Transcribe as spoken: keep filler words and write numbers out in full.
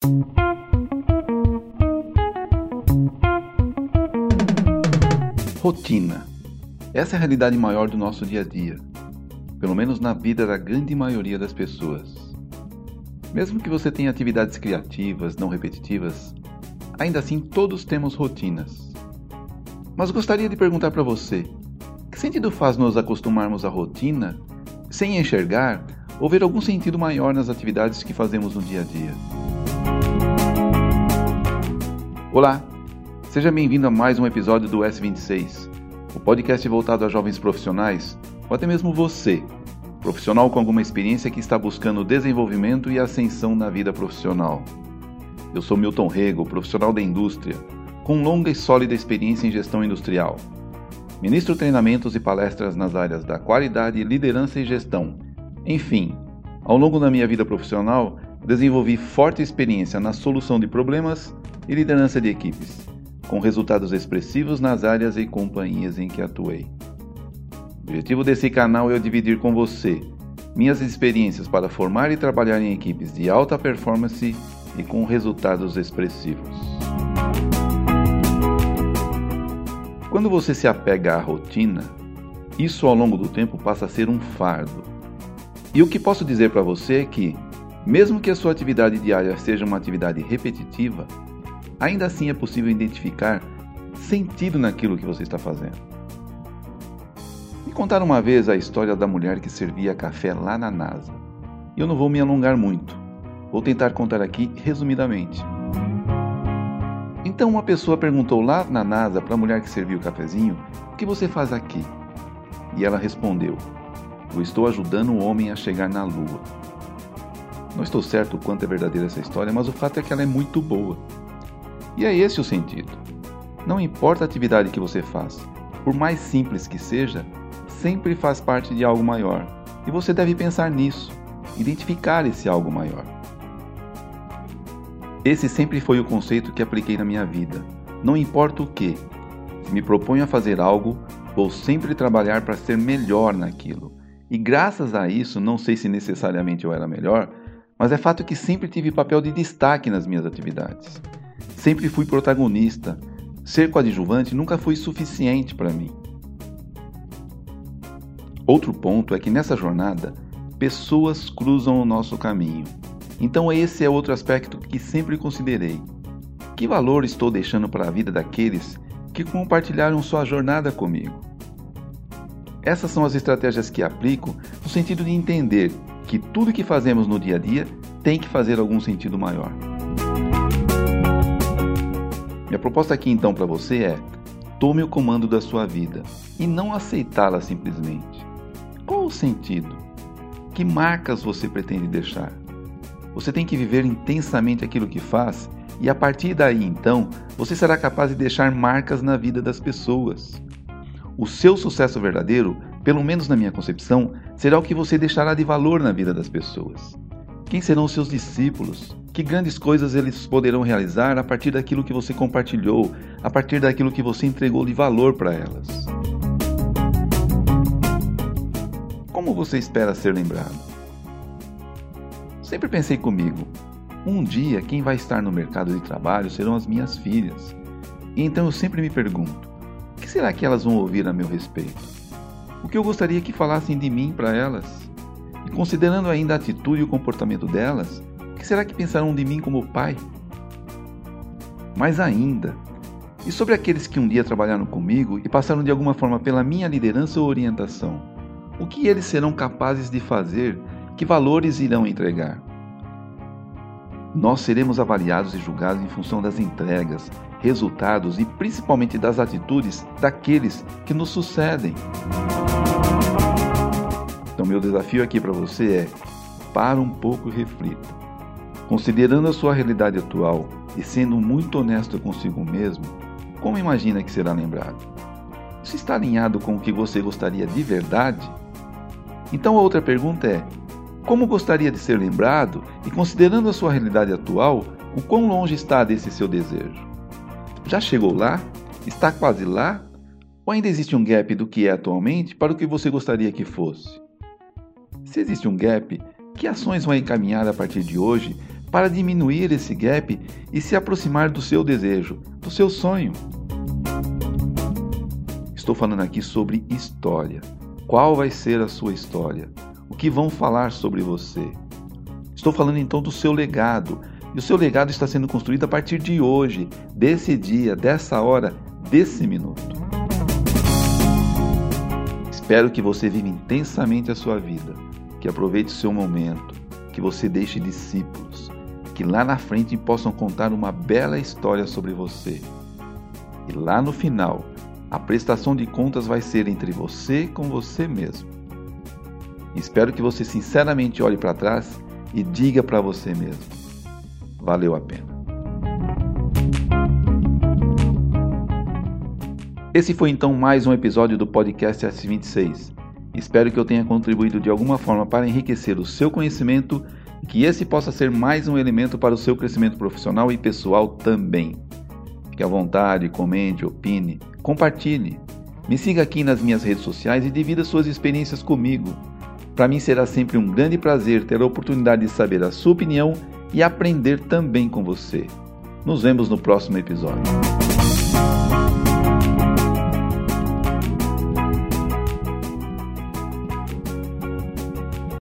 Rotina. Essa é a realidade maior do nosso dia a dia, pelo menos na vida da grande maioria das pessoas. Mesmo que você tenha atividades criativas, não repetitivas, ainda assim todos temos rotinas. Mas gostaria de perguntar para você, que sentido faz nos acostumarmos à rotina, sem enxergar ou ver algum sentido maior nas atividades que fazemos no dia a dia? Olá! Seja bem-vindo a mais um episódio do S vinte e seis, o podcast voltado a jovens profissionais, ou até mesmo você, profissional com alguma experiência que está buscando desenvolvimento e ascensão na vida profissional. Eu sou Milton Rego, profissional da indústria, com longa e sólida experiência em gestão industrial. Ministro treinamentos e palestras nas áreas da qualidade, liderança e gestão. Enfim, ao longo da minha vida profissional, desenvolvi forte experiência na solução de problemas e liderança de equipes, com resultados expressivos nas áreas e companhias em que atuei. O objetivo desse canal é eu dividir com você minhas experiências para formar e trabalhar em equipes de alta performance e com resultados expressivos. Quando você se apega à rotina, isso ao longo do tempo passa a ser um fardo. E o que posso dizer para você é que, mesmo que a sua atividade diária seja uma atividade repetitiva, ainda assim é possível identificar sentido naquilo que você está fazendo. Me contaram uma vez a história da mulher que servia café lá na NASA. E eu não vou me alongar muito. Vou tentar contar aqui resumidamente. Então uma pessoa perguntou lá na NASA para a mulher que servia o cafezinho: "O que você faz aqui?" E ela respondeu: "Eu estou ajudando um homem a chegar na Lua." Não estou certo o quanto é verdadeira essa história, mas o fato é que ela é muito boa. E é esse o sentido. Não importa a atividade que você faz, por mais simples que seja, sempre faz parte de algo maior. E você deve pensar nisso, identificar esse algo maior. Esse sempre foi o conceito que apliquei na minha vida. Não importa o que, se me proponho a fazer algo, vou sempre trabalhar para ser melhor naquilo. E graças a isso, não sei se necessariamente eu era melhor, mas é fato que sempre tive papel de destaque nas minhas atividades. Sempre fui protagonista. Ser coadjuvante nunca foi suficiente para mim. Outro ponto é que nessa jornada, pessoas cruzam o nosso caminho. Então esse é outro aspecto que sempre considerei. Que valor estou deixando para a vida daqueles que compartilharam sua jornada comigo? Essas são as estratégias que aplico no sentido de entender que tudo que fazemos no dia a dia tem que fazer algum sentido maior. Minha proposta aqui então para você é: tome o comando da sua vida e não aceitá-la simplesmente. Qual o sentido? Que marcas você pretende deixar? Você tem que viver intensamente aquilo que faz e a partir daí então você será capaz de deixar marcas na vida das pessoas. O seu sucesso verdadeiro, pelo menos na minha concepção, será o que você deixará de valor na vida das pessoas. Quem serão os seus discípulos? Que grandes coisas eles poderão realizar a partir daquilo que você compartilhou, a partir daquilo que você entregou de valor para elas? Como você espera ser lembrado? Sempre pensei comigo, um dia quem vai estar no mercado de trabalho serão as minhas filhas. E então eu sempre me pergunto, o que será que elas vão ouvir a meu respeito? O que eu gostaria que falassem de mim para elas? E considerando ainda a atitude e o comportamento delas, o que será que pensarão de mim como pai? Mais ainda, e sobre aqueles que um dia trabalharam comigo e passaram de alguma forma pela minha liderança ou orientação? O que eles serão capazes de fazer? Que valores irão entregar? Nós seremos avaliados e julgados em função das entregas, resultados e principalmente das atitudes daqueles que nos sucedem. Então meu desafio aqui para você é: para um pouco e reflita. Considerando a sua realidade atual e sendo muito honesto consigo mesmo, como imagina que será lembrado? Isso está alinhado com o que você gostaria de verdade? Então a outra pergunta é: como gostaria de ser lembrado e, considerando a sua realidade atual, o quão longe está desse seu desejo? Já chegou lá? Está quase lá? Ou ainda existe um gap do que é atualmente para o que você gostaria que fosse? Se existe um gap, que ações vão encaminhar a partir de hoje para diminuir esse gap e se aproximar do seu desejo, do seu sonho. Estou falando aqui sobre história. Qual vai ser a sua história? O que vão falar sobre você? Estou falando então do seu legado. E o seu legado está sendo construído a partir de hoje, desse dia, dessa hora, desse minuto. Espero que você viva intensamente a sua vida, que aproveite o seu momento, que você deixe discípulos, que lá na frente possam contar uma bela história sobre você. E lá no final, a prestação de contas vai ser entre você com você mesmo. Espero que você sinceramente olhe para trás e diga para você mesmo: valeu a pena. Esse foi então mais um episódio do podcast S vinte e seis. Espero que eu tenha contribuído de alguma forma para enriquecer o seu conhecimento e que esse possa ser mais um elemento para o seu crescimento profissional e pessoal também. Fique à vontade, comente, opine, compartilhe. Me siga aqui nas minhas redes sociais e divida suas experiências comigo. Para mim será sempre um grande prazer ter a oportunidade de saber a sua opinião e aprender também com você. Nos vemos no próximo episódio.